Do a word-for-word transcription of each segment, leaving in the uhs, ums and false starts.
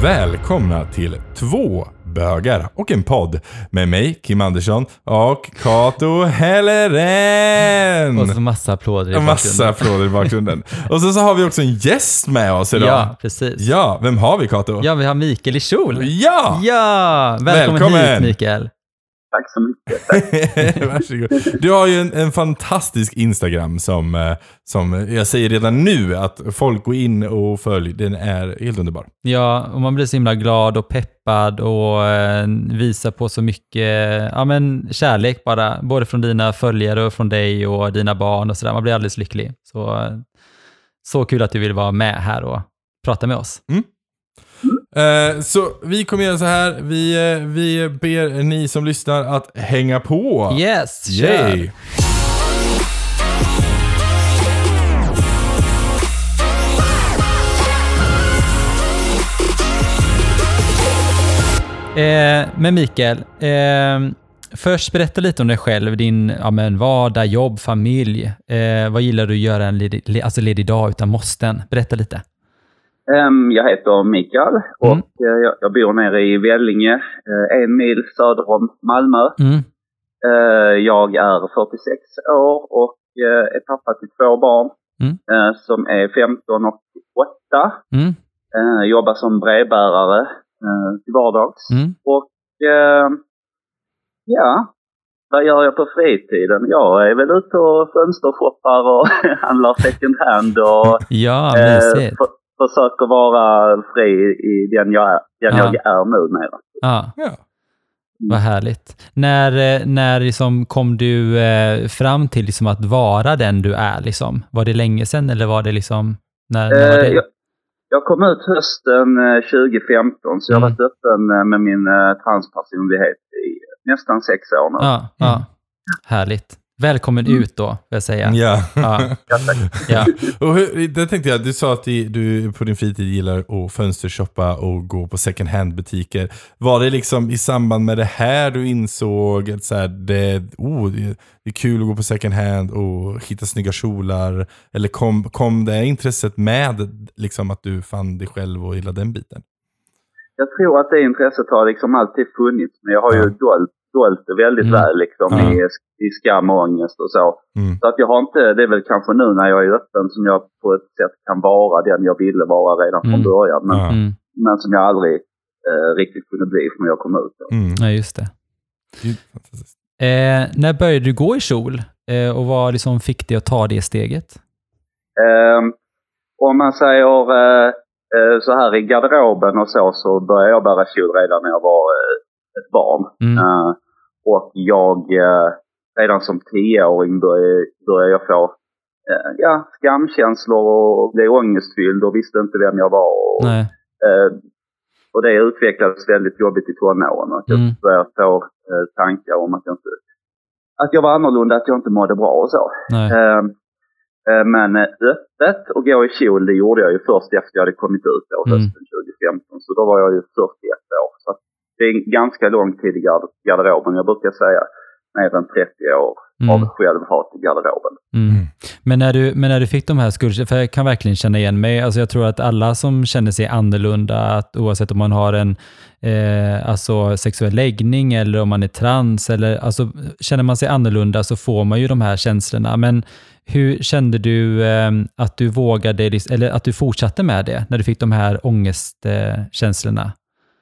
välkomna till två bögar och en podd med mig, Kim Andersson, och Kato Helleren. Och så massa applåder i bakgrunden. Massa applåder i bakgrunden. Och så, så har vi också en gäst med oss idag. Ja, precis. Ja, vem har vi, Kato? Ja, vi har Mikael i Kjol. Ja! Ja! Välkommen, Välkommen hit, Mikael. Tack så mycket. Tack. Varsågod. Du har ju en, en fantastisk Instagram som, som jag säger redan nu att folk går in och följer. Den är helt underbar. Ja, och man blir så himla glad och peppad och eh, visar på så mycket ja, men kärlek bara. Både från dina följare och från dig och dina barn och sådär. Man blir alldeles lycklig. Så, så kul att du vill vara med här och prata med oss. Mm. Uh, så vi kommer göra så här. Vi, uh, vi ber ni som lyssnar att hänga på. Yes, Yay. Eh, men Mikael, eh, först berätta lite om dig själv, din ja, men vardag, jobb, familj. Eh, vad gillar du att göra en ledig, alltså ledig dag utan måsten? Berätta lite. Um, jag heter Mikael och Mm. uh, jag, jag bor nere i Vellinge, uh, en mil söder om Malmö. Mm. Uh, jag är fyrtiosex år och uh, är pappa till två barn Mm. uh, som är femton och åtta. Mm. Uh, jobbar som brevbärare uh, till vardags. Mm. Och uh, ja, vad gör jag på fritiden? Jag är väl ute och fönstershoppar och handlar second hand och Ja, uh, mysigt. för, försöker vara fri i den jag är, den Ja. jag är nu med. Ja, Ja. vad härligt. När, eh, när liksom kom du eh, fram till liksom att vara den du är? Liksom? Var det länge sedan eller var det liksom... När, när var det? Eh, jag, jag kom ut hösten eh, tjugo femton så jag har Mm. varit öppen eh, med min eh, transpersonlighet i nästan sex år nu. Ja, ja. Härligt. Välkommen Mm. ut då, vill jag säga. Ja. Ja. Ja, tack. Ja. Och hur, det tänkte jag, du sa att du på din fritid gillar att fönstershoppa och gå på second hand butiker. Var det liksom i samband med det här du insåg att så här, det, oh, det är kul att gå på second hand och hitta snygga kjolar? Eller kom, kom det intresset med liksom att du fann dig själv och gillade den biten? Jag tror att det intresset har liksom alltid funnits, men jag har ju Ja. dolt, dolt det väldigt Mm. väl liksom Ja. i, i skam och ångest och så. Mm. Så att jag har inte, det är väl kanske nu när jag är öppen som jag på ett sätt kan vara den jag ville vara redan från Mm. början. Men, Ja. Mm. men som jag aldrig eh, riktigt kunde bli när jag kom ut. Mm. Ja, just det. Det är fantastiskt. Eh, när började du gå i kjol? Eh, och vad liksom fick dig att ta det steget? Eh, om man säger eh, eh, så här i garderoben och så, så började jag bära kjol redan när jag var eh, ett barn. Mm. Eh, och jag eh, redan som tioåring började, började jag få eh, ja, skamkänslor och bli ångestfylld och visste inte vem jag var. Och, Nej. eh, och det utvecklades väldigt jobbigt i tonåren. Att jag Mm. började få eh, tankar om att jag inte att jag var annorlunda, att jag inte mådde bra och så. Nej. Eh, eh, men eh, öppet och gå i kjol, det gjorde jag ju först efter jag hade kommit ut då, Mm. hösten tjugo femton. Så då var jag ju fyrtioett år. Så att det är en ganska lång tid i gard- garderoben. Jag brukar säga mer än trettio år Mm. av självhat i garderoben. Mm. Men, när du, men när du fick de här skuldkänslorna, för jag kan verkligen känna igen mig, alltså jag tror att alla som känner sig annorlunda, att oavsett om man har en eh, alltså sexuell läggning eller om man är trans, eller, alltså, känner man sig annorlunda så får man ju de här känslorna. Men hur kände du eh, att du vågade, eller att du fortsatte med det när du fick de här ångestkänslorna? Eh,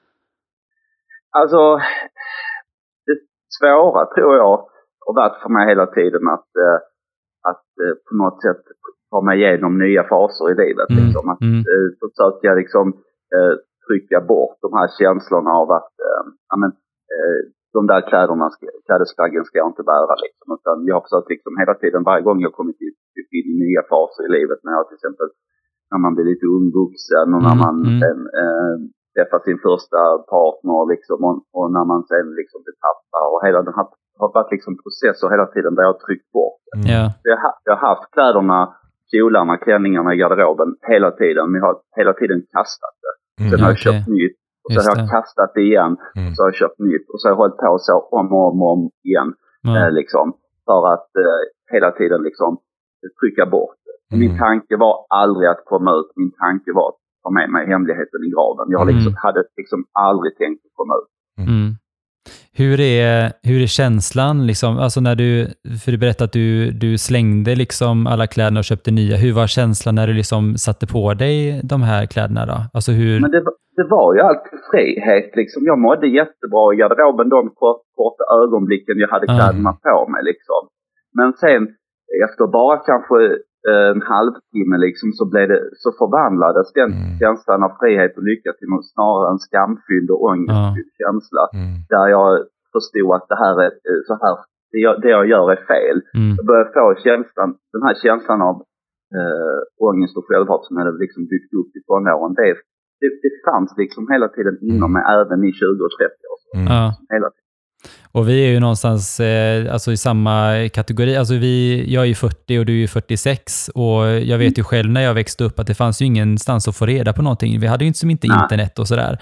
Alltså, det svåra tror jag har varit för mig hela tiden att, eh, att eh, på något sätt ta mig igenom nya faser i livet. Mm. Liksom. Att Mm. eh, försöka liksom, eh, trycka bort de här känslorna av att eh, ja, men, eh, de där kläderna, ska, klädesplaggen ska jag inte bära. Liksom. Utan jag har försökt liksom, hela tiden, varje gång jag kommit in i nya faser i livet, när jag till exempel när man blir lite ungvuxen och när Mm, man mm. sen eh, träffar sin första partner liksom, och, och när man sen liksom blir pappa, och hela den här har varit liksom processer hela tiden där jag har tryckt bort. Mm. Ja. Jag har, jag har haft kläderna, kjolarna, klänningarna i garderoben hela tiden, men jag har hela tiden kastat det. Mm. Sen har jag Okej. köpt nytt, och så Just har jag det. kastat det igen, Mm. och så har jag köpt nytt, och så har jag hållit på så om och om, och om igen. Ja. Eh, liksom, för att eh, hela tiden liksom trycka bort. Mm. Min tanke var aldrig att komma ut. Min tanke var ta med mig hemligheten i graven. Jag liksom, mm. hade liksom aldrig tänkt att komma ut. Mm. Hur är, hur är känslan, liksom, alltså när du, för du berättade att du, du slängde liksom alla kläderna och köpte nya. Hur var känslan när du liksom satte på dig de här kläderna då? Alltså hur... Men det, det var ju alltid frihet. Liksom. Jag mådde jättebra i garderoben de kort, korta ögonblicken jag hade kläderna mm. på mig. Liksom. Men sen efter bara kanske en halvtimme liksom, så, blev det, så förvandlades den mm. känslan av frihet och lycka till något snarare en skamfylld och ångestfylld mm. känsla. Mm. Där jag förstod att det här är så här, det jag, det jag gör är fel. Mm. Jag började få känslan, den här känslan av äh, ångest och självhat som jag hade liksom byggt upp i tonåren. Det, det, det fanns liksom hela tiden inom mig, även i tjugo och trettio år. Mm. Hela tiden. Och vi är ju någonstans eh, alltså i samma kategori. Alltså vi, jag är ju fyrtio och du är ju fyrtiosex. Och jag vet ju själv när jag växte upp att det fanns ju ingenstans att få reda på någonting. Vi hade ju inte som inte Nej. internet och sådär.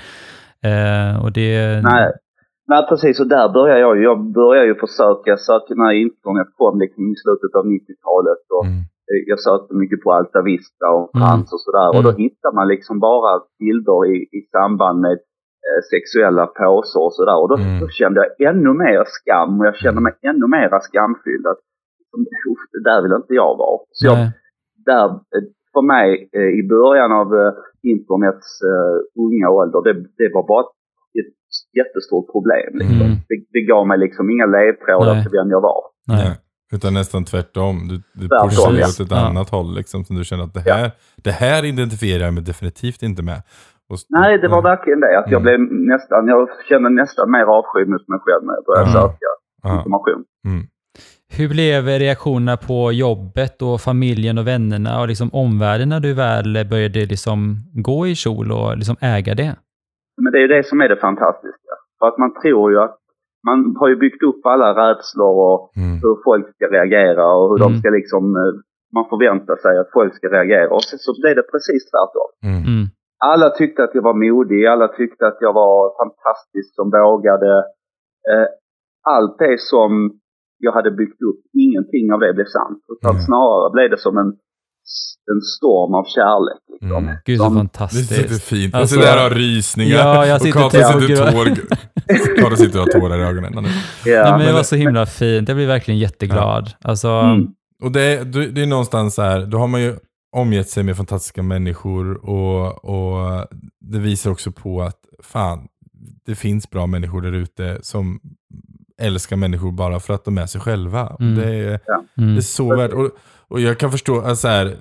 Eh, och det... Nej. Nej, precis. Och där började jag ju. Jag började ju försöka söka när internet kom liksom i slutet av nittiotalet. Och mm. jag sökte mycket på Alta Vista och Frans mm. och sådär. Och då mm. hittar man liksom bara bilder i, i samband med sexuella påsar och sådär. Och då, mm. då kände jag ännu mer skam och jag kände mig ännu mer skamfylld. Att, det där vill inte jag vara. Så jag, där, för mig i början av internets uh, unga ålder, det, det var bara ett jättestort problem. Liksom. Mm. Det, det gav mig liksom inga ledtrådar till vem jag var. Nej. Utan nästan tvärtom. Du, du pushar ja. åt ett ja. annat håll liksom, som du känner att det här, ja. det här identifierar jag mig definitivt inte med. Nej, det var verkligen det. Att jag, blev nästan, jag kände nästan mer avsky mot mig själv när jag började mm. söka information. Mm. Hur blev reaktionerna på jobbet och familjen och vännerna och liksom omvärlden när du väl började liksom gå i kjol och liksom äga det? Men det är det som är det fantastiska. För att man tror ju att man har ju byggt upp alla rädslor och mm. hur folk ska reagera och hur mm. de ska liksom, man förväntar sig att folk ska reagera. Och så, så blev det precis tvärtom. Mm. Mm. Alla tyckte att jag var modig, alla tyckte att jag var fantastisk som vågade. Eh, allt det som jag hade byggt upp, ingenting av det blev sant. Utan mm. snarare blev det som en, en storm av kärlek. Liksom. Mm. Gud, så som, fantastiskt. Det sitter fint. Alltså, jag sitter där och har rysningar. Ja, jag sitter och Kato sitter, tår, Kato sitter och har tårar i ögonen. Ja, Nej, men det var så himla fint. Jag blir verkligen jätteglad. Ja. Alltså, mm. Och det, det är någonstans så här, då har man ju omgett sig med fantastiska människor och, och det visar också på att fan, det finns bra människor där ute som älskar människor bara för att de är sig själva. Mm. Det, är, mm. det är så värt. Och, och jag kan förstå, alltså här,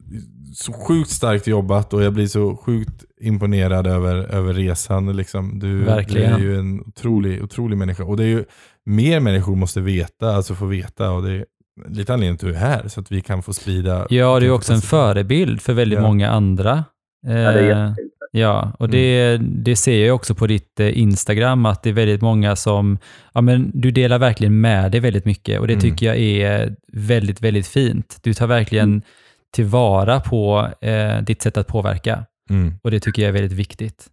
så sjukt starkt jobbat och jag blir så sjukt imponerad över, över resan. Liksom. Du, du är ju en otrolig, otrolig människa. Och det är ju mer människor måste veta, alltså få veta, och det är lite anledning till att du är här så att vi kan få sprida. Ja, det är också en förebild för väldigt ja. många andra. Eh, ja, det är jättefint. Ja, och det, mm. det ser jag också på ditt Instagram att det är väldigt många som, ja men du delar verkligen med dig väldigt mycket och det tycker mm. jag är väldigt, väldigt fint. Du tar verkligen mm. tillvara på eh, ditt sätt att påverka mm. och det tycker jag är väldigt viktigt.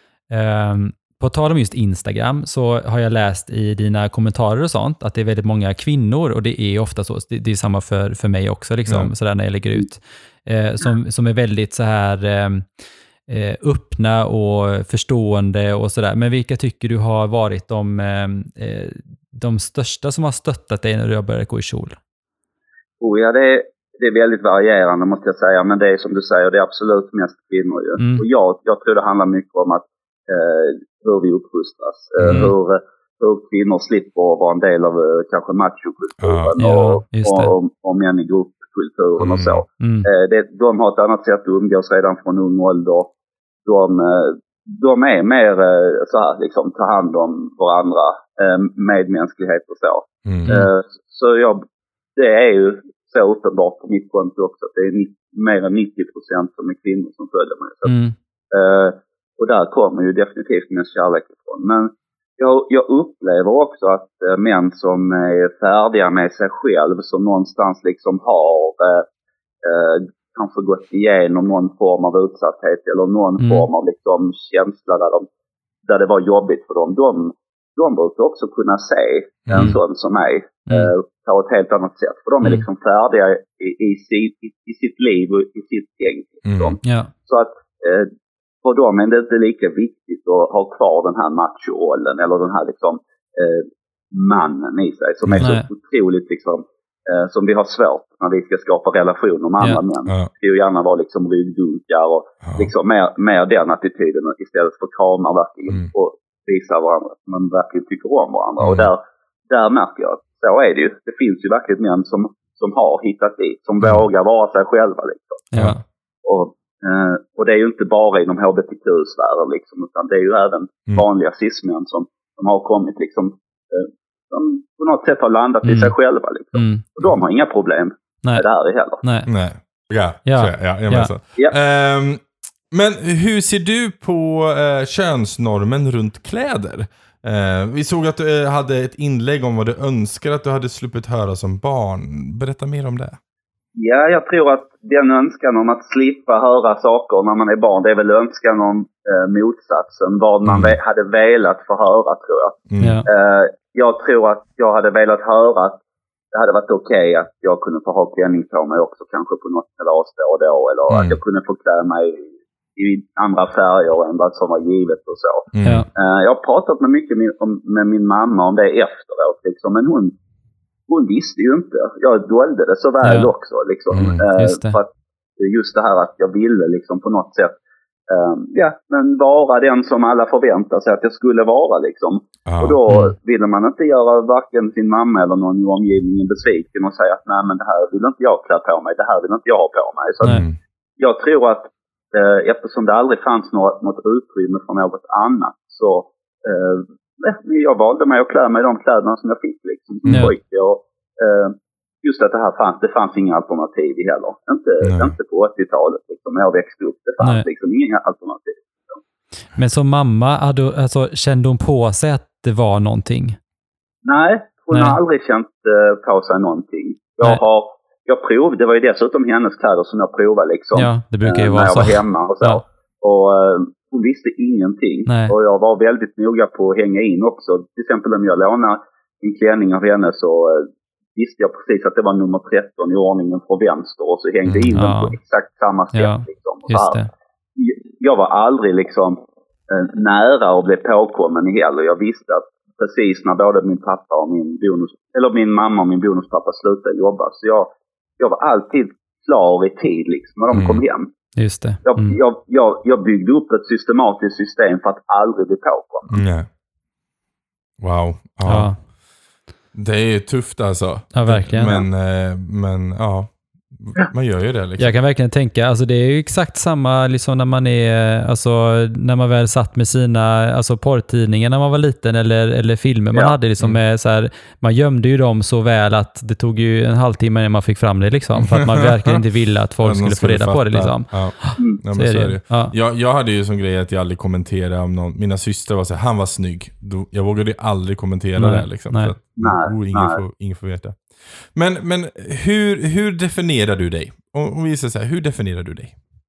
Um, På tal om just Instagram så har jag läst i dina kommentarer och sånt att det är väldigt många kvinnor och det är ofta så. Det, det är samma för, för mig också liksom, mm. sådär när jag lägger ut. Eh, som, som är väldigt så här eh, öppna och förstående och sådär. Men vilka tycker du har varit de, eh, de största som har stöttat dig när du har börjat gå i kjol? Oh ja, det är, det är väldigt varierande måste jag säga. Men det är som du säger, det är absolut mest kvinnor ju. Mm. Och jag, jag tror det handlar mycket om att Eh, hur vi uppfostras, eh, mm. hur, hur kvinnor slipper vara en del av eh, kanske machokulturen ja, och, ja, och, och män i gruppkulturen mm. och så. Mm. Eh, det, de har ett annat sätt att umgås redan från ung ålder. De, de är mer eh, så här, liksom, ta hand om varandra, eh, medmänsklighet och så. Mm. Eh, så jag, det är ju så uppenbart på mitt konto också att det är nittio, mer än nittio procent som är kvinnor som följer mig. Så, mm. eh, Och där kommer ju definitivt mest kärlek ifrån. Men jag, jag upplever också att äh, män som är färdiga med sig själv, som någonstans liksom har äh, äh, kanske gått igenom någon form av utsatthet eller någon mm. form av liksom känsla där, de, där det var jobbigt för dem. De, de brukar också kunna se mm. en sån som mig mm. äh, på ett helt annat sätt. För de är liksom färdiga i, i, sitt, i, i sitt liv och i sitt gäng. Liksom. Mm. Yeah. Så att äh, för dem är det inte lika viktigt att ha kvar den här macho-rollen eller den här liksom eh, mannen i sig som är Nej. så otroligt liksom eh, som vi har svårt när vi ska skapa relationer med andra ja. män. Ja. Det ju gärna vara liksom ryggdunkar och ja. liksom mer, mer den attityden istället för kramar verkligen mm. och visa varandra att man verkligen tycker om varandra. Mm. Och där, där märker jag att så är det ju. Det finns ju verkligen män som, som har hittat dit, som mm. vågar vara sig själva liksom. Ja. Och Uh, och det är ju inte bara inom H B T Q-sfären liksom, utan det är ju även mm. vanliga cis-män som, som har kommit liksom, uh, som på något sätt har landat mm. i sig själva liksom. Mm. Och de har inga problem Nej. med det här heller. Nej. Nej. Ja, ja. Så, ja, jag ja. Så. Ja. Um, men hur ser du på uh, könsnormen runt kläder? Uh, vi såg att du uh, hade ett inlägg om vad du önskar att du hade sluppit höra som barn. Berätta mer om det. Ja, jag tror att den önskan om att slippa höra saker när man är barn, det är väl önskan om eh, motsatsen. Vad man mm. ve- hade velat få höra, tror jag. Mm. Eh, jag tror att jag hade velat höra att det hade varit okej okay att jag kunde få ha klänning på mig också, kanske på något kalas då och då. Eller mm. att jag kunde få klä mig i, i andra färger än vad som var givet och så. Mm. Eh, jag har pratat med mycket med, om, med min mamma om det efteråt, liksom, men hon Hon visste ju inte. Jag dolde det så väl ja. också. Liksom. Mm, just det. Eh, för att just det här att jag ville liksom på något sätt eh, ja, men vara den som alla förväntar sig att jag skulle vara. Liksom. Ah, och då mm. ville man inte göra varken sin mamma eller någon i omgivningen besviken och säga att nej, men det här vill inte jag klä på mig. Det här vill inte jag ha på mig. Så att jag tror att eh, eftersom det aldrig fanns något, något utrymme för något annat så eh, jag valde mig att klä mig i de kläderna som jag fick liksom, som mm. pojke. Och, eh, just att det här fanns, det fanns inga alternativ heller. Inte, inte på åttiotalet liksom, när jag växte upp. Det fanns Nej. liksom inga alternativ. Liksom. Men som mamma, hade, alltså, kände hon på sig att det var någonting? Nej, hon Nej. har aldrig känt eh, på sig någonting. Jag Nej. har, jag provade, det var ju dessutom hennes kläder som jag provade liksom. Ja, det brukar ju eh, vara när jag så. var hemma och så. Ja. Och eh, hon visste ingenting. Nej. Och jag var väldigt noga på att hänga in också. Till exempel om jag lånade en klänning av henne så uh, visste jag precis att det var nummer tretton i ordningen från vänster. Och så hängde mm, in ja. den på exakt samma sätt. Ja, liksom. just det. Jag var aldrig liksom uh, nära att bli påkommen heller. Jag visste att precis när både min pappa och min bonus, eller min mamma och min bonuspappa slutade jobba. Så jag, jag var alltid klar i tid liksom när de mm. kom hem. Just det. Jag, mm. jag, jag, jag byggde upp ett systematiskt system för att aldrig bli påkommen. Nej. Wow. Ja. ja. Det är tufft alltså. Ja, verkligen. Men, men ja, man gör ju det. Liksom. Jag kan verkligen tänka, alltså det är ju exakt samma liksom när man är, alltså när man väl satt med sina, alltså porrtidningar när man var liten eller, eller filmer man ja. hade liksom mm. med så här, man gömde ju dem så väl att det tog ju en halvtimme innan man fick fram det liksom, för att man verkligen inte ville att folk skulle, skulle få reda fatta. på det liksom. Ja. Mm. Ja, men så är det. Ja. Jag, jag hade ju som grej att jag aldrig kommenterade om någon, mina systrar var så här, han var snygg. Då, jag vågade ju aldrig kommentera Nej. det liksom. Nej. För att, Nej. Oh, ingen, Nej. Får, ingen får veta. Men, men hur, hur definierar du dig? Om vi säger så här, hur definierar du dig?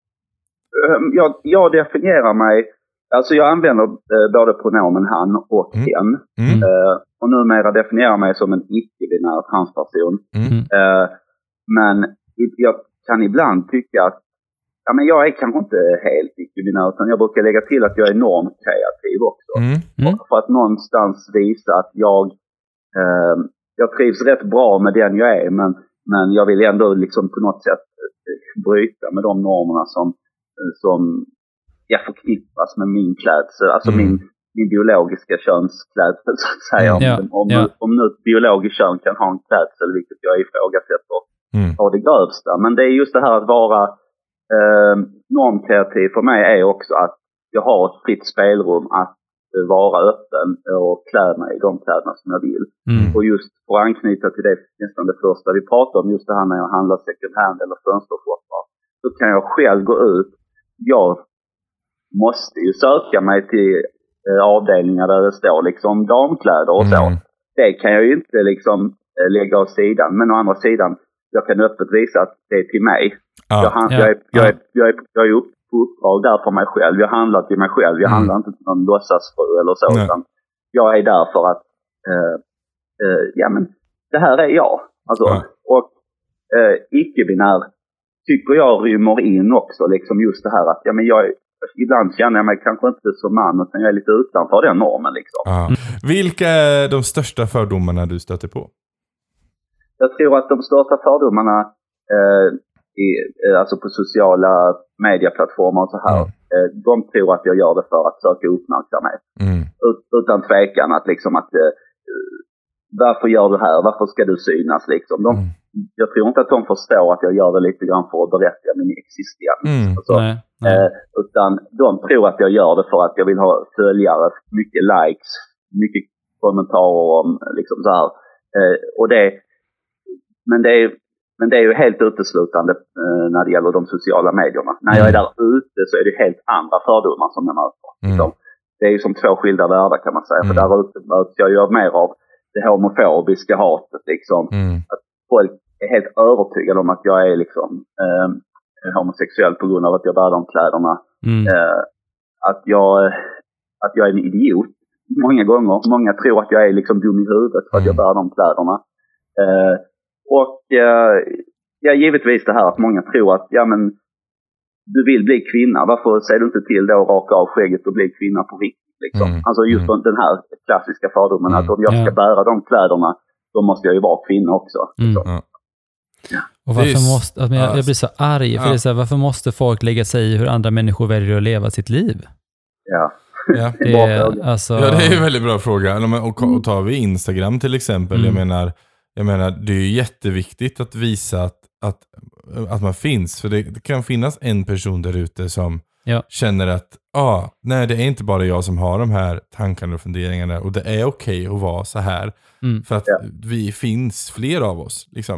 Jag, jag definierar mig, alltså jag använder eh, både pronomen han och mm. hen. Mm. Eh, och numera definierar mig som en icke-binär transperson. Mm. Eh, men jag kan ibland tycka att ja, men jag är kanske inte helt icke-binär, utan jag brukar lägga till att jag är enormt kreativ också. Mm. Mm. För att någonstans visa att jag eh, jag trivs rätt bra med den jag är, men, men jag vill ändå liksom på något sätt bryta med de normerna som, som jag förknippas med min klädsel, alltså mm. min, min biologiska könsklädsel så att säga. Mm. Om, om, yeah. om nu ett biologiskt kön kan ha en klädsel, vilket jag ifrågasätter mm. av det grövsta. Men det är just det här att vara eh, normkreativ för mig är också att jag har ett fritt spelrum att vara öppen och klä mig i de kläderna som jag vill. Mm. Och just för att anknyta till det nästan det första vi pratade om, just det här när jag handlar second hand eller fönstershoppar, så kan jag själv gå ut. Jag måste ju söka mig till eh, avdelningar där det står liksom damkläder och så. Mm. Det kan jag ju inte liksom eh, lägga åt sidan. Men å andra sidan, jag kan öppet visa att det är till mig. Ah, jag, ja, jag, är, jag, är, jag, är, jag är upp uppdrag där för mig själv. Jag handlar till mig själv. Jag mm. handlar inte till någon låtsasfru eller så. Utan jag är där för att eh, eh, ja men det här är jag. Alltså, ja. Och eh, icke-binär tycker jag rymmer in också liksom just det här att ja men jag är ibland känner jag mig kanske inte som man, utan jag är lite utanför den normen liksom. Ja. Vilka är de största fördomarna du stöter på? Jag tror att de största fördomarna eh, i, eh, alltså på sociala medieplattformar och så här, mm. eh, de tror att jag gör det för att söka uppmärksamhet. Mm. Ut, utan tvekan att liksom att eh, varför gör du här? Varför ska du synas liksom? De, mm. Jag tror inte att de förstår att jag gör det lite grann för att berätta min existens. Mm. Alltså, nej, nej. Eh, utan de tror att jag gör det för att jag vill ha följare, mycket likes, mycket kommentarer om liksom så här. Eh, och det, men det är men det är ju helt uteslutande eh, när det gäller de sociala medierna. Mm. När jag är där ute så är det helt andra fördomar som jag möter. Mm. Så, det är ju som två skilda världar kan man säga. Mm. För där ute möter jag ju mer av det homofobiska hatet liksom. Mm. Att folk är helt övertygade om att jag är liksom eh, homosexuell på grund av att jag bär de kläderna. Mm. Eh, att jag att jag är en idiot många gånger. Många tror att jag är liksom dum i huvudet för att jag bär de kläderna. Eh, och eh, ja, givetvis det här att många tror att ja men du vill bli kvinna, varför ser du inte till då att raka av skägget och bli kvinna på riktigt liksom. Mm. Alltså just mm. den här klassiska fördomen mm. att om jag ska yeah. bära de kläderna då måste jag ju vara kvinna också. Mm. Ja. Ja. Och varför är, måste, alltså, jag, jag blir så arg för ja. det är så här, varför måste folk lägga sig i hur andra människor väljer att leva sitt liv? Ja. Ja. Det är, alltså... ja, det är en väldigt bra fråga. Och, och tar vi Instagram till exempel, mm. jag menar Jag menar, det är ju jätteviktigt att visa att, att, att man finns. För det, det kan finnas en person där ute som ja. känner att ah, nej, det är inte bara jag som har de här tankarna och funderingarna. Och det är okej att vara så här. Mm. För att ja. vi finns fler av oss. Liksom.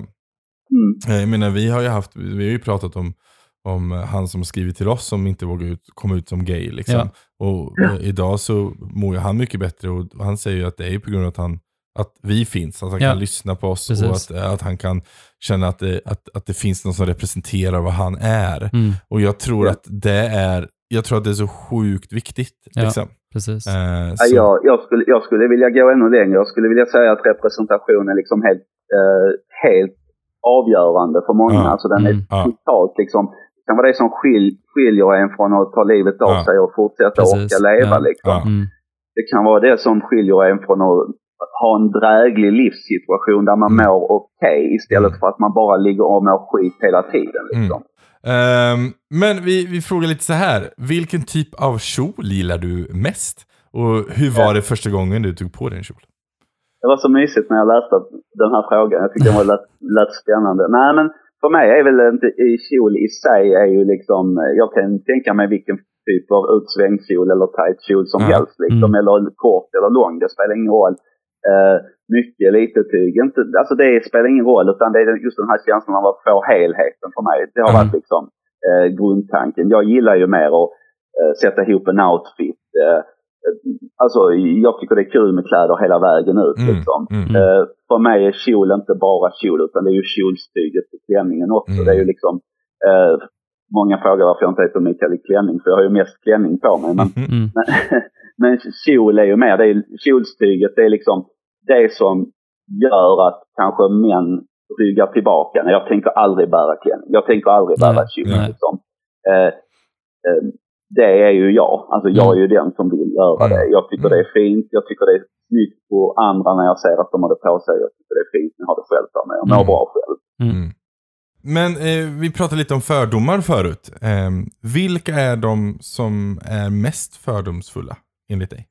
Mm. Jag menar, vi har ju haft, vi har ju pratat om, om han som skrivit till oss som inte vågar ut, komma ut som gay. Liksom. Ja. Och, och idag så mår ju han mycket bättre. Och han säger ju att det är på grund av att han att vi finns, att han ja. kan lyssna på oss. Precis. Och att, att han kan känna att det, att, att det finns någon som representerar vad han är. Mm. Och jag tror ja. att det är jag tror att det är så sjukt viktigt. Ja, liksom. precis. Eh, ja, jag, jag, skulle, jag skulle vilja gå ännu längre. Jag skulle vilja säga att representation är liksom helt, eh, helt avgörande för många. Ja. Alltså den är mm. totalt liksom, det kan vara det som skil, skiljer en från att ta livet av ja. sig och fortsätta precis. orka leva. Ja. Liksom. Ja. Mm. Det kan vara det som skiljer en från att ha en dräglig livssituation där man mm. mår okej okay, istället mm. för att man bara ligger och mår skit hela tiden. Liksom. Mm. Um, men vi, vi frågar lite så här. Vilken typ av kjol gillar du mest? Och hur var det första gången du tog på din kjol? Det var så mysigt när jag läste den här frågan. Jag tyckte det var lät, lät spännande. Nej, men för mig är väl inte i kjol i sig är ju liksom, jag kan tänka mig vilken typ av utsvängkjol eller tight kjol som ja. helst. Liksom, mm. eller kort eller lång, det spelar ingen roll. Uh, mycket, lite tyg. Inte, alltså det spelar ingen roll, utan det är just den här känslan av att få helheten för mig. Det har mm. varit liksom uh, grundtanken. Jag gillar ju mer att uh, sätta ihop en outfit. Uh, alltså jag tycker det är kul med kläder hela vägen ut. Mm. Liksom. Mm. Uh, för mig är kjol inte bara kjol, utan det är ju kjolstyget i klänningen också. Mm. Det är ju liksom uh, många frågar varför jag inte heter Mikael i klänning, för jag har ju mest klänning på mig. Men, mm. men, men kjol är ju mer, det är kjolstyget, det är liksom det som gör att kanske män ryggar tillbaka. Jag tänker aldrig bära klänning. Jag tänker aldrig bära kjol. Liksom. Eh, eh, det är ju jag. Alltså jag är ju den som vill göra det. Jag tycker det är fint. Jag tycker det är snyggt på andra när jag ser att de har det på sig. Jag tycker det är fint när jag har det själv på mig. Jag mår bra själv. Mm. Men eh, vi pratade lite om fördomar förut. Eh, vilka är de som är mest fördomsfulla enligt dig?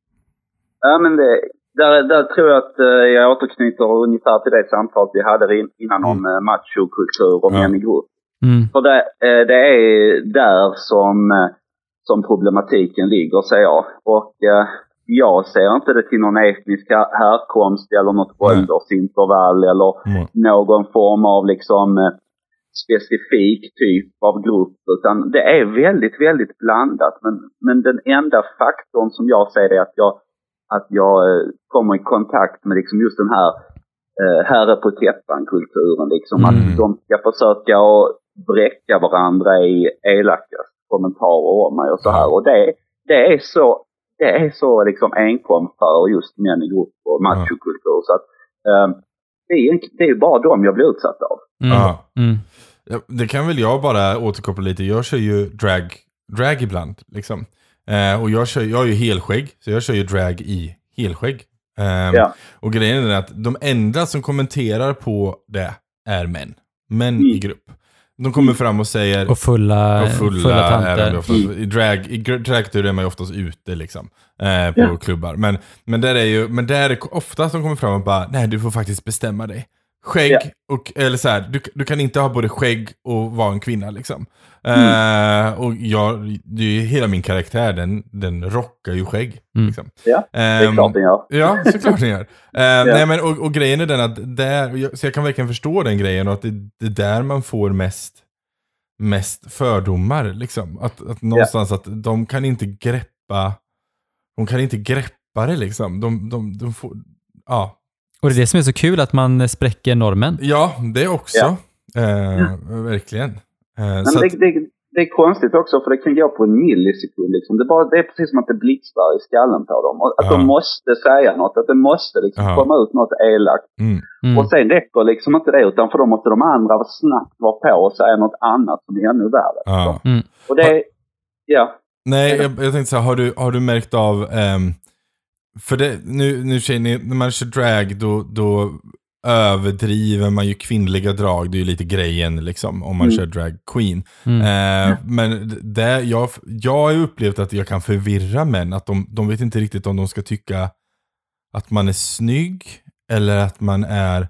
Ja, men det Där, där tror jag att eh, jag återknyter ungefär till det samtal vi hade innan mm. om eh, machokultur och män i grupp. Mm. För det, eh, det är där som, eh, som problematiken ligger, säger jag. Och eh, jag ser inte det till någon etnisk härkomst eller något åldersintervall mm. eller mm. någon form av liksom eh, specifik typ av grupp. Utan det är väldigt, väldigt blandat. Men, men den enda faktorn som jag ser är att jag att jag eh, kommer i kontakt med liksom just den här eh, herre på täppan-kulturen. Liksom, mm. Att de ska försöka att bräcka varandra i elaka kommentarer om mig och så här. Och det, det är så, det är så liksom enkom för just män i grupp och machokultur. Så att eh, det är, det är bara dem jag blir utsatt av. Mm. Ja. Mm. Ja, det kan väl jag bara återkoppla lite. Jag kör ju drag drag ibland. Liksom. Eh, och jag, kör, jag är ju helskägg, så jag kör ju drag i helskägg. Um, ja. Och grejen är att de enda som kommenterar på det är män. Män mm. i grupp. De kommer mm. fram och säger... Och fulla, och fulla, fulla tanter. Är de oftast, mm. I drag, i dragtur är man ju oftast ute liksom, eh, på ja. klubbar. Men, men där är ju men där är oftast de kommer fram och bara, nej, du får faktiskt bestämma dig. Skägg, ja. och, eller så här, du, du kan inte ha både skägg och vara en kvinna liksom. Mm. Uh, och jag, det är ju hela min karaktär, den, den rockar ju skägg. Mm. Liksom. Ja, det är um, klart den gör. Ja, såklart den gör. Uh, ja. Nej, men, och, och grejen är den att där, så jag kan verkligen förstå den grejen, och att det, det är där man får mest, mest fördomar. Liksom. Att, att någonstans ja. att de kan inte greppa, de kan inte greppa det liksom. De, de, de får, ja. Och det är det som är så kul, att man spräcker normen. Ja, det också. Ja. Uh, ja. Verkligen. Uh, Men det, att... det, det är konstigt också, för det kan gå på en millisekund. Liksom. Det, är bara, det är precis som att det blixtrar i skallen på dem. Och att uh. de måste säga något, att det måste liksom uh. komma ut något elakt. Mm. Mm. Och sen räcker liksom inte det, utan för då måste de andra snabbt vara på och säga något annat som är ännu värre. Uh. Mm. Och det, ja. Nej, jag, jag tänkte så här, har du, har du märkt av... Um... För det, nu, nu tjejer, när man kör drag, då, då överdriver man ju kvinnliga drag. Det är ju lite grejen liksom, om man mm. kör drag queen. Mm. Eh, men det, jag, jag har ju upplevt att jag kan förvirra män. Att de, de vet inte riktigt om de ska tycka att man är snygg eller att man är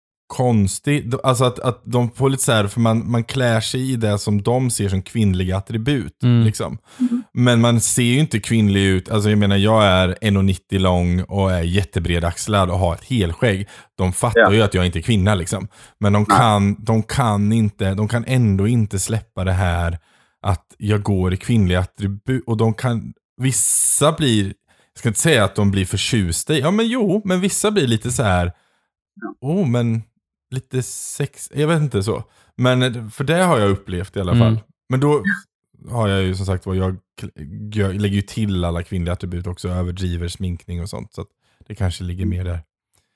konstig. Alltså att, att de får lite så här, för man, man klär sig i det som de ser som kvinnliga attribut. Mm. Liksom. Mm. Men man ser ju inte kvinnlig ut. Alltså jag menar, jag är en komma nittio lång och är jättebred axlad och har ett helskägg. De fattar ja. ju att jag inte är kvinna liksom. Men de kan, de kan inte, de kan ändå inte släppa det här att jag går i kvinnliga attribut. Och de kan, vissa blir, jag ska inte säga att de blir förtjusta i, ja men jo, men vissa blir lite så här, oh men lite sex, jag vet inte så. Men för det har jag upplevt i alla fall. Mm. Men då har jag ju som sagt vad jag, jag lägger ju till alla kvinnliga attribut också, överdriver sminkning och sånt, så att det kanske ligger mer där.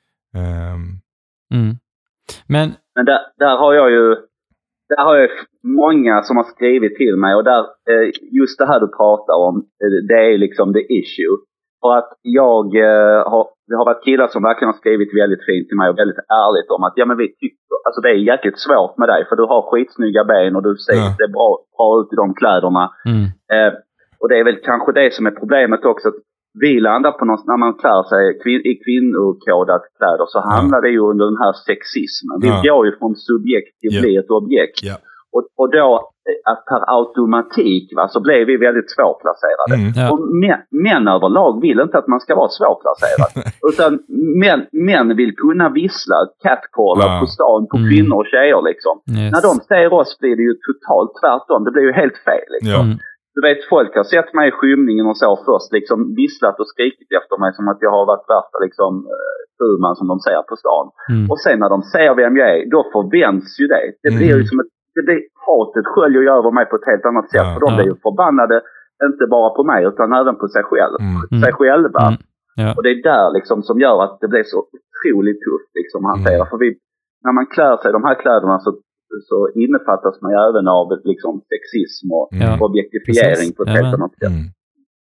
Um. Mm. Men, Men där, där har jag ju där har jag många som har skrivit till mig, och där just det här du pratar om, det är liksom the issue. För att jag eh, har, det har varit killar som verkligen har skrivit väldigt fint till mig och väldigt ärligt om att ja men vi tycker, alltså det är jäkligt svårt med dig för du har skitsnygga ben och du ser ja. det bra, bra ut i de kläderna. Mm. Eh, och det är väl kanske det som är problemet också, att vi landar på något, när man klär sig kvin, i kvinnokodat kläder så hamnar ja. det ju under den här sexismen. Vi ja. går ju från subjekt till att ja. bli ett objekt. Ja. Och, och då att per automatik va, så blev vi väldigt svårplacerade. Mm, ja. Och män, män överlag vill inte att man ska vara svårplacerad. utan män, män vill kunna vissla, catcalla ja. på stan på mm. kvinnor och tjejer liksom. Yes. När de ser oss blir det ju totalt tvärtom. Det blir ju helt fel liksom. Ja. Du vet, folk har sett mig i skymningen och så först liksom visslat och skrikit efter mig som att jag har varit värsta liksom human som de ser på stan. Mm. Och sen när de ser vem jag är, då förvänts ju det. Det blir mm. ju som ett det hatet sköljer ju över mig på ett helt annat sätt. Ja, för de ja. blir ju förbannade inte bara på mig utan även på sig själv. Mm. Sig själva. Mm. Ja. Och det är där liksom som gör att det blir så otroligt tufft liksom att hantera. Mm. För vi, när man klär sig de här kläderna så, så innefattas man ju även av liksom sexism och mm. objektifiering Precis. på ett ja, helt annat sätt. Mm.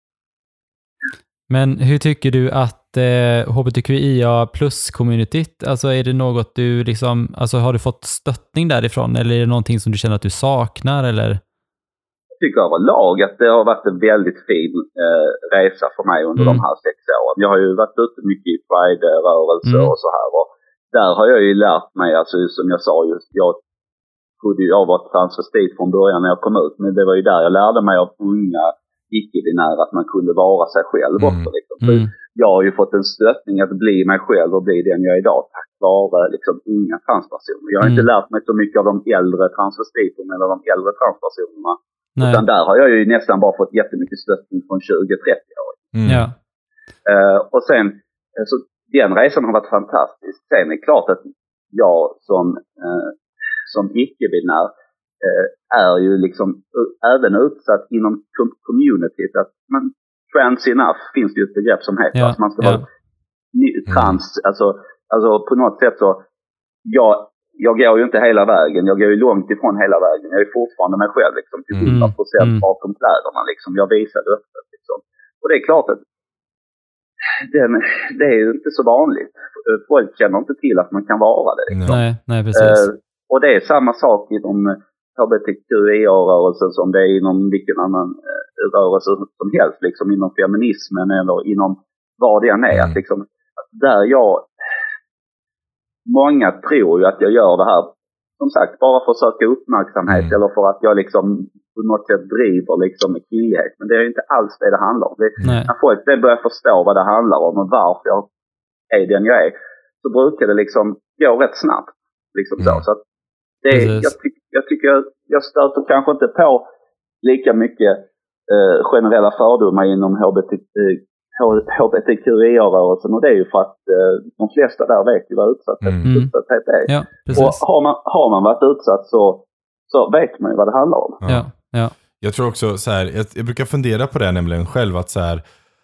Men hur tycker du att eh, H B T Q I A plus-communityt, alltså är det något du liksom, alltså har du fått stöttning därifrån eller är det någonting som du känner att du saknar eller? Jag tycker överlag att det har varit en väldigt fin eh, resa för mig under mm. de här sex åren. Jag har ju varit ute mycket i Pride-rörelse mm. och så här och där har jag ju lärt mig, alltså som jag sa just, jag trodde ju jag var transvestit från början när jag kom ut, men det var ju där jag lärde mig av unga icke-binära att man kunde vara sig själv mm. också. Liksom. Mm. Jag har ju fått en stöttning att bli mig själv och bli den jag är idag tack vare liksom, unga transpersoner. Jag har mm. inte lärt mig så mycket av de äldre transvestiterna eller de äldre transpersonerna. Nej. Utan där har jag ju nästan bara fått jättemycket stöttning från tjugo till trettio år. Mm. Ja. Uh, och sen, så den resan har varit fantastisk. Sen är det klart att jag som, uh, som icke-binär är ju liksom även utsatt inom communityt att man, trans enough finns det ju ett begrepp som heter ja, att man ska ja. vara trans, mm. alltså, alltså på något sätt så jag, jag går ju inte hela vägen. Jag går ju långt ifrån hela vägen. Jag är fortfarande mig själv liksom, till hundra procent mm. bakom kläderna. Liksom. Jag visade öppet. Liksom. Och det är klart att den, det är ju inte så vanligt. Folk känner inte till att man kan vara det. Liksom. Nej, nej, precis. Uh, och det är samma sak inom H B T Q I A-rörelsen som det är inom vilken annan uh, rörelse som helst. Liksom, inom feminismen eller inom vad det än är. Mm. Att, liksom, att där jag... Många tror ju att jag gör det här, som sagt, bara för att söka uppmärksamhet mm. eller för att jag liksom på något sätt driver liksom med killighet. Men det är inte alls det det handlar om. Det, när folk börjar förstå vad det handlar om och varför jag är den jag är, så brukar det liksom gå rätt snabbt. Liksom mm. så. Så att det, jag, ty, jag tycker jag stöter kanske inte på lika mycket eh, generella fördomar inom H B T H B T Q I A-rörelsen, och det är ju för att eh, de flesta där vet ju vad utsatthet, mm. utsatthet är. Ja, och har man, har man varit utsatt så, så vet man ju vad det handlar om. Ja, ja. Jag tror också så här, jag, jag brukar fundera på det nämligen själv, att så här,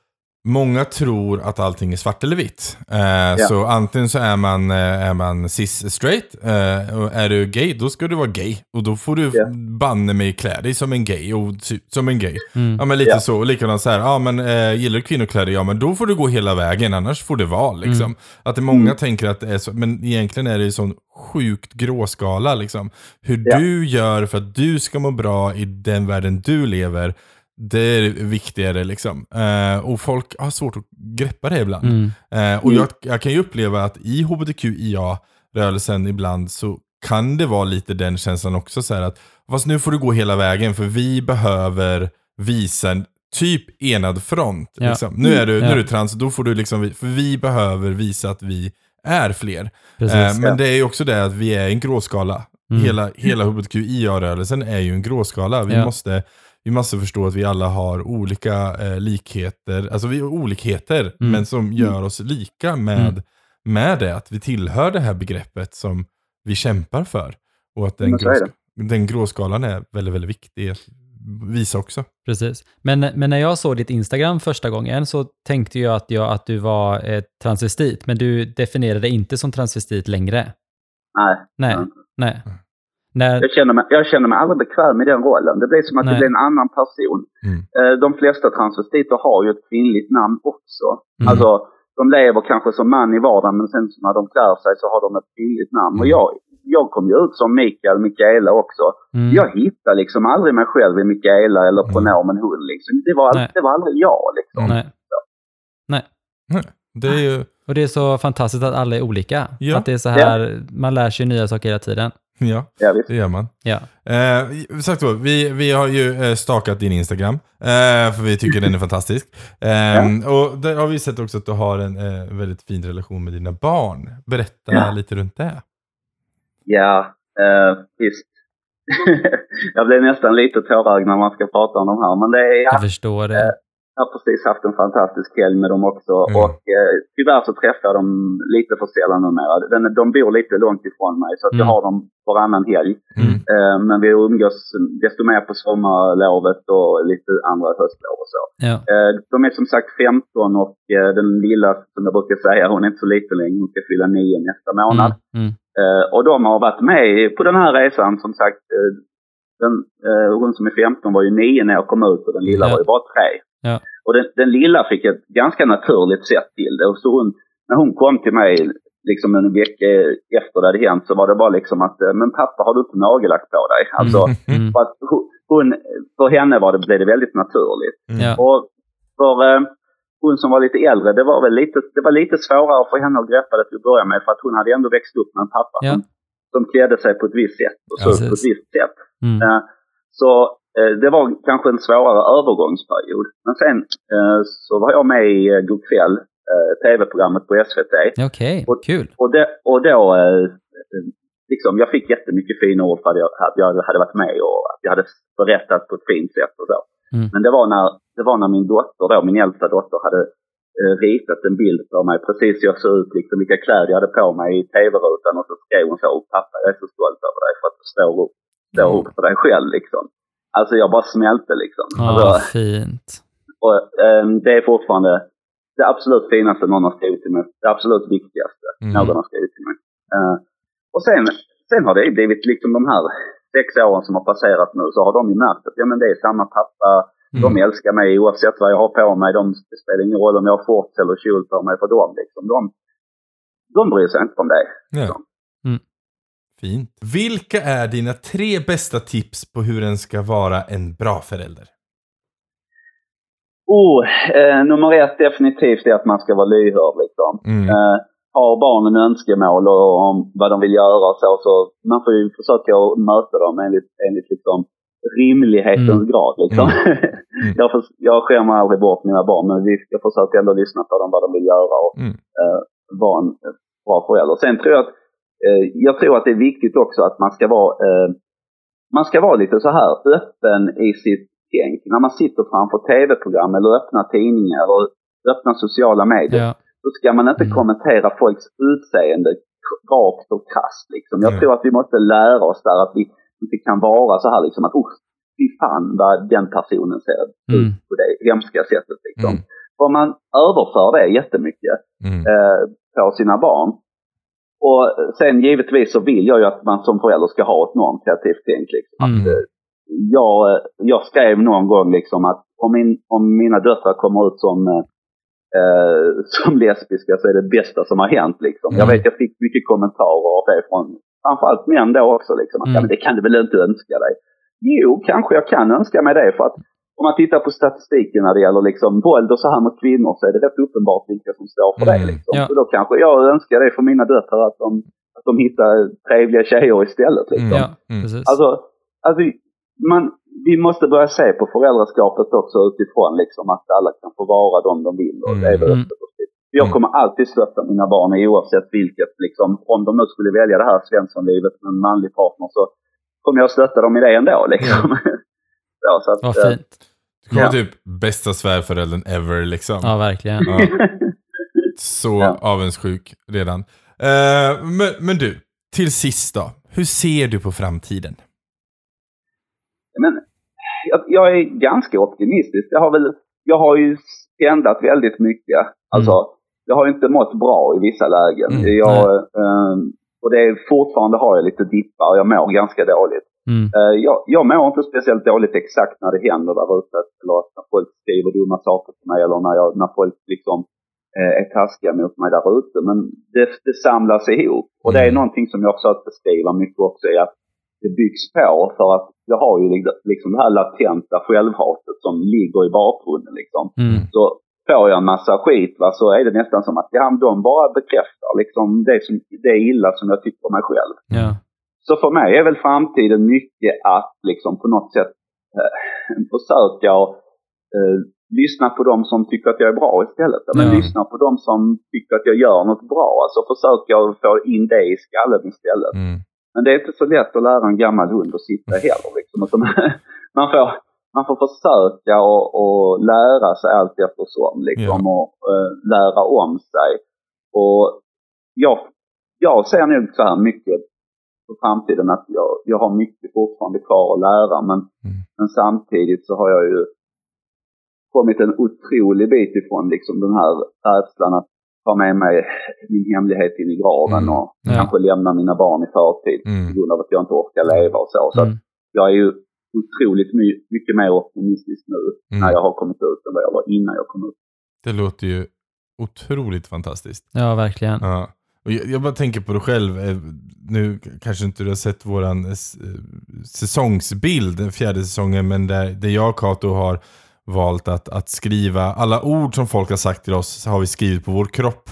många tror att allting är svart eller vitt. Eh, ja. Så antingen så är man, eh, är man cis-straight. Eh, och är du gay, då ska du vara gay. Och då får du ja. banne mig klä dig som en gay. Och som en gay. Mm. Ja, men lite ja. så. Och likadant så här, ja men eh, gillar du kvinnokläder? Ja, men då får du gå hela vägen. Annars får det vara liksom. Mm. Att det många mm. tänker att det är så. Men egentligen är det ju sån sjukt gråskala liksom. Hur ja. du gör för att du ska må bra i den världen du lever, det är viktigare liksom. Uh, och folk har svårt att greppa det ibland. Mm. Uh, och jag, jag kan ju uppleva att i H B T Q I A-rörelsen ibland så kan det vara lite den känslan också så här att fast nu får du gå hela vägen för vi behöver visa en typ enad front. Ja. Liksom. Nu, är du, ja. nu är du trans, då får du liksom, för vi behöver visa att vi är fler. Precis, uh, men ja. det är ju också det att vi är en gråskala. Mm. Hela, hela H B T Q I A-rörelsen är ju en gråskala. Vi ja. måste Vi måste förstå att vi alla har olika eh, likheter, alltså vi har olikheter, mm. men som gör oss lika med, mm. med det, att vi tillhör det här begreppet som vi kämpar för. Och att den, gråsk- den gråskalan är väldigt, väldigt viktig att visa också. Precis. Men, men när jag såg ditt Instagram första gången så tänkte jag att, jag, att du var ett transvestit, men du definierade dig inte som transvestit längre. Nej. Nej, mm. nej. När... Jag, känner mig, jag känner mig aldrig bekväm med den rollen. Det blir som att Nej. det blir en annan person. Mm. De flesta transvestiter har ju ett kvinnligt namn också. Mm. Alltså, de lever kanske som man i vardagen, men sen när de klär sig så har de ett kvinnligt namn. Mm. Och jag, jag kom ju ut som Mikael, Mikaela också. Mm. Jag hittar liksom aldrig mig själv i Mikaela eller på mm. Norman Hull. Liksom. Det, var, det var aldrig jag liksom. Nej. Nej. Nej. Det är ju... Och det är så fantastiskt att alla är olika. Ja. Att det är så här, ja. man lär sig nya saker hela tiden. Ja, ja det gör man. Ja. Eh, sagt då, vi, vi har ju stakat din Instagram eh, för vi tycker den är fantastisk. Eh, ja. Och där har vi sett också att du har en eh, väldigt fin relation med dina barn. Berätta ja. lite runt det. Ja, eh, visst. Jag blir nästan lite tårögd när man ska prata om de här. Men det är, ja, jag förstår det. Eh, Jag har precis haft en fantastisk helg med dem också. Mm. Och eh, tyvärr så träffar jag dem lite för sällan numera. De, de bor lite långt ifrån mig så att mm. jag har dem varannan helg. Mm. Eh, men vi umgås desto mer på sommarlovet och lite andra höstlov och så. Ja. Eh, de är som sagt femton och eh, den lilla, som jag brukar säga, hon är inte så liten längre. Hon ska fylla nio nästa månad. Mm. Mm. Eh, och de har varit med på den här resan som sagt. Eh, den, eh, hon som är femton var ju nio när jag kom ut och den lilla ja. var ju bara tre. Ja. Och den, den lilla fick ett ganska naturligt sätt till det. Och så hon, när hon kom till mig liksom en vecka efter det hade hänt så var det bara liksom att men pappa, har du inte nagellack på dig? Alltså, mm. för, att hon, för henne var det, blev det väldigt naturligt. Mm. Och för eh, hon som var lite äldre, det var väl lite, det var lite svårare för henne att greppa det till att börja med. För att hon hade ändå växt upp med en pappa ja. som, som klädde sig på ett visst sätt. Och så ja, på ett visst sätt. Mm. Uh, så det var kanske en svårare övergångsperiod. Men sen eh, så var jag med i eh, God kväll, eh, tv-programmet på S V T. Okej, okay, kul. Och, det, och då, eh, liksom, jag fick jättemycket fina ord för att jag, att jag hade varit med och att jag hade berättat på ett fint sätt och så. Mm. Men det var, när, det var när min dotter, då, min äldsta dotter, hade eh, ritat en bild på mig. Precis jag såg ut, liksom, vilka kläder jag hade på mig i tv-rutan och så skrev hon så, pappa, jag är så stolt över dig för att du står upp, står upp för dig själv liksom. Alltså jag bara smälte liksom. Ja, alltså, fint. Och eh, det är fortfarande det absolut finaste någon har skrivit till mig. Det absolut viktigaste mm. någon har skrivit till mig. Uh, och sen, sen har det blivit liksom de här sex åren som har passerat nu, så har de ju märkt att ja, men det är samma pappa. Mm. De älskar mig oavsett vad jag har på mig. De, det spelar ingen roll om jag har fått eller kjol på mig för dem. Liksom. De, de bryr sig inte om det. Ja. Mm. Fint. Vilka är dina tre bästa tips på hur en ska vara en bra förälder? Oh, eh, nummer ett definitivt är att man ska vara lyhörd. Liksom. Mm. Eh, har barnen önskemål och om vad de vill göra och så, så man får ju försöka möta dem enligt, enligt liksom rimlighetens mm. grad liksom. Mm. Mm. jag, för, jag skämmer aldrig bort mina barn, men vi, jag försöker ändå lyssna på dem vad de vill göra och mm. eh, vara en bra förälder. Sen tror jag att eh, jag tror att det är viktigt också att man ska vara eh, man ska vara lite så här öppen i sitt tänk. När man sitter framför tv-program eller öppnar tidningar eller öppnar sociala medier, ja. Då ska man inte mm. kommentera folks utseende rakt och krasst liksom. Jag mm. tror att vi måste lära oss där att vi inte kan vara så här liksom att oh, fy fan vad den personen ser mm. ut på det hemska sättet liksom. Mm. För man överför det jättemycket mm. eh, på sina barn. Och sen givetvis så vill jag ju att man som förälder ska ha ett enormt kreativt tänk liksom. Mm. Att, eh, jag, jag skrev någon gång liksom att om, min, om mina döttrar kommer ut som eh, som lesbiska så är det bästa som har hänt liksom. Mm. Jag vet jag fick mycket kommentarer av det från framförallt män då också liksom. Att, mm. ja, men det kan du väl inte önska dig? Jo, kanske jag kan önska mig det, för att om man tittar på statistiken när det gäller liksom våld och så här mot kvinnor, så är det rätt uppenbart vilka som står för mm. det liksom. Ja. Så då kanske jag önskar det för mina döttrar att de, att de hittar trevliga tjejer istället liksom. Ja, mm. Alltså, alltså man, vi måste börja se på föräldraskapet också utifrån liksom att alla kan få vara de de vill och mm. det är väl mm. Jag kommer alltid stötta mina barn oavsett vilket liksom, om de nu skulle välja det här svenssonlivet med en manlig partner, så kommer jag stötta dem i det ändå liksom. Mm. Ja, så att, vad fint. Du kommer ja. typ bästa svärföräldern ever liksom. Ja, verkligen. Ja. Så ja. avundsjuk redan. Uh, men, men du, till sist då. Hur ser du på framtiden? Men, jag, jag är ganska optimistisk. Jag har väl, jag har ju ändrat väldigt mycket. Alltså, mm. jag har inte mått bra i vissa lägen. Mm. Jag, um, och det är fortfarande har jag lite dippar och jag mår ganska dåligt. Mm. Uh, jag, jag mår inte speciellt dåligt exakt när det händer där ute. Eller när folk skriver dumma saker till mig. Eller när, jag, när folk liksom uh, är taskiga mot mig där ute. Men det, det samlas ihop. Och mm. det är någonting som jag försökt beskriva mycket också. Är att det byggs på för att jag har ju liksom det här latenta självhatet som ligger i bakgrunden liksom. Mm. Så får jag en massa skit, va, så är det nästan som att ja, de bara bekräftar liksom det, som, det är illa som jag tycker om mig själv. Ja. Så för mig är väl framtiden mycket att liksom på något sätt eh, försöka och, eh, lyssna på dem som tycker att jag är bra istället. Men ja. lyssna på dem som tycker att jag gör något bra. Alltså försöka få in det i skallen istället. Mm. Men det är inte så lätt att lära en gammal hund att sitta heller. Liksom. man, får, man får försöka och, och lära sig allt eftersom. Liksom, yeah. Och uh, lära om sig. Och jag, jag ser nog så här mycket på framtiden att jag, jag har mycket fortfarande kvar att lära. Men, mm. men samtidigt så har jag ju kommit en otrolig bit ifrån liksom, den här rädslan att ta med mig min hemlighet in i graven mm. och ja. kanske lämna mina barn i förtid mm. på grund av att jag inte orkar leva och så. Så mm. att jag är ju otroligt my- mycket mer optimistisk nu mm. när jag har kommit ut än vad jag var innan jag kom ut. Det låter ju otroligt fantastiskt. Ja, verkligen. Ja. Och jag, jag bara tänker på det själv. Nu kanske inte du har sett våran säsongsbild, den fjärde säsongen, men där, där jag och Kato har valt att, att skriva alla ord som folk har sagt till oss har vi skrivit på vår kropp.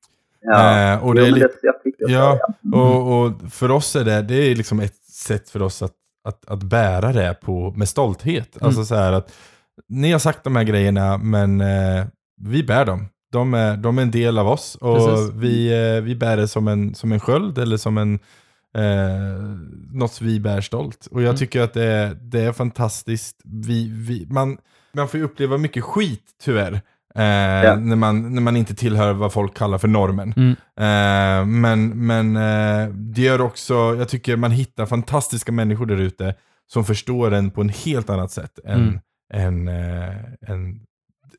Ja, eh, och det är lite, ja, och, och för oss är det, det är liksom ett sätt för oss att, att, att bära det på med stolthet. Mm. Alltså så här att ni har sagt de här grejerna, men eh, vi bär dem. De är, de är en del av oss och vi, eh, vi bär det som en, som en sköld eller som en eh, något vi bär stolt. Och jag mm. tycker att det, det är fantastiskt. Vi, vi, man Man får ju uppleva mycket skit tyvärr eh, ja. när, man, när man inte tillhör vad folk kallar för normen. Mm. Eh, men men eh, det gör också, jag tycker man hittar fantastiska människor där ute som förstår en på en helt annat sätt än, mm. än, eh, än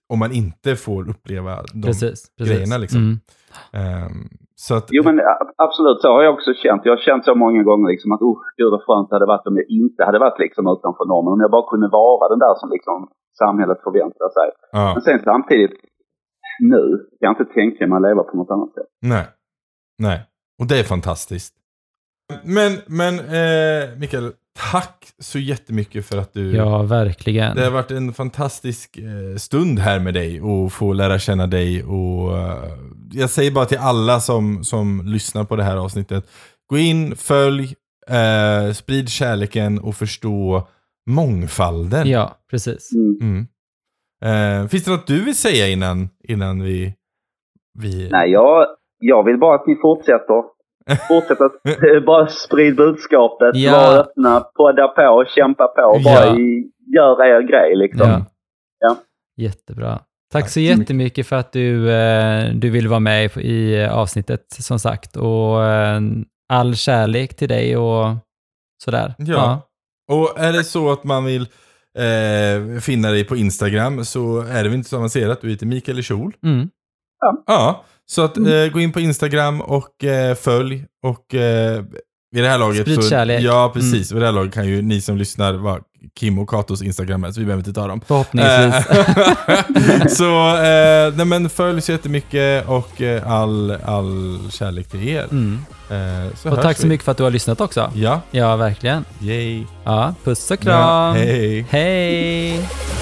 om man inte får uppleva de precis, precis. grejerna liksom. Mm. Um, så att, jo men absolut, så har jag också känt. Jag har känt så många gånger liksom att oh, gud vad skönt det hade varit om jag inte hade varit liksom utanför normen. Om jag bara kunde vara den där som liksom samhället förväntar sig. ja. Men sen samtidigt, nu kan jag inte tänka mig att leva på något annat sätt. Nej, nej. Och det är fantastiskt. Men, men eh, Mikael, tack så jättemycket för att du... Ja, verkligen. Det har varit en fantastisk eh, stund här med dig och få lära känna dig. Och eh, jag säger bara till alla som, som lyssnar på det här avsnittet, gå in, följ, eh, sprid kärleken och förstå mångfalden. Ja, precis. Mm. Mm. Eh, finns det något du vill säga innan, innan vi, vi... Nej, jag, jag vill bara att ni fortsätter. Fortsätt att bara sprida budskapet, ja. Vara öppna, podda på, kämpa på, bara ja. i, gör er grej liksom. Ja. Ja. Jättebra. Tack, Tack så mycket. jättemycket för att du, eh, du vill vara med i, i avsnittet som sagt. Och eh, all kärlek till dig och sådär. Ja. ja. Och är det så att man vill eh, finna dig på Instagram så är det väl inte så avancerat. Du heter Mikael Kjol. Mm. Ja. Ja, så att eh, gå in på Instagram och eh, följ och eh, vid det här laget sprid så, kärlek. ja precis, mm. vid det här laget kan ju ni som lyssnar vara Kim och Katos Instagram, så vi behöver inte ta dem. Förhoppningsvis. så eh, nej men följ så jättemycket och eh, all, all kärlek till er. Mm. Eh, så och tack vi. så mycket för att du har lyssnat också. Ja. Ja, verkligen. Yay. Ja, puss och kram. Ja, hej. Hej.